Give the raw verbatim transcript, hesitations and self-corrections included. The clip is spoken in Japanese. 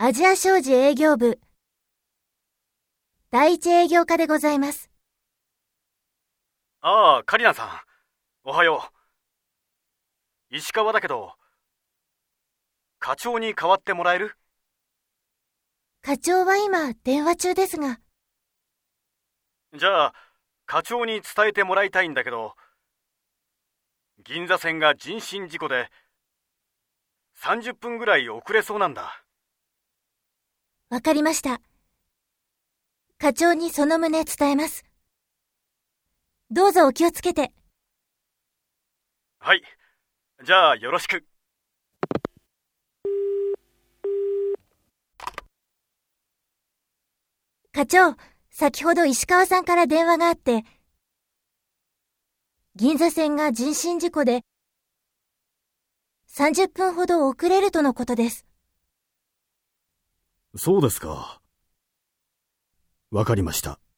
アジア商事営業部第一営業課でございます。 ああ、カリナさん、おはよう。石川だけど、課長に代わってもらえる？ 課長は今電話中ですが。 じゃあ、課長に伝えてもらいたいんだけど、銀座線が人身事故でさんじゅっぷんぐらい遅れそうなんだ。 わかりました。課長にその旨伝えます。どうぞお気をつけて。 はい。じゃあよろしく。 課長、先ほど石川さんから電話があって、銀座線が人身事故でさんじゅっぷんほど遅れるとのことです。 そうですか。わかりました。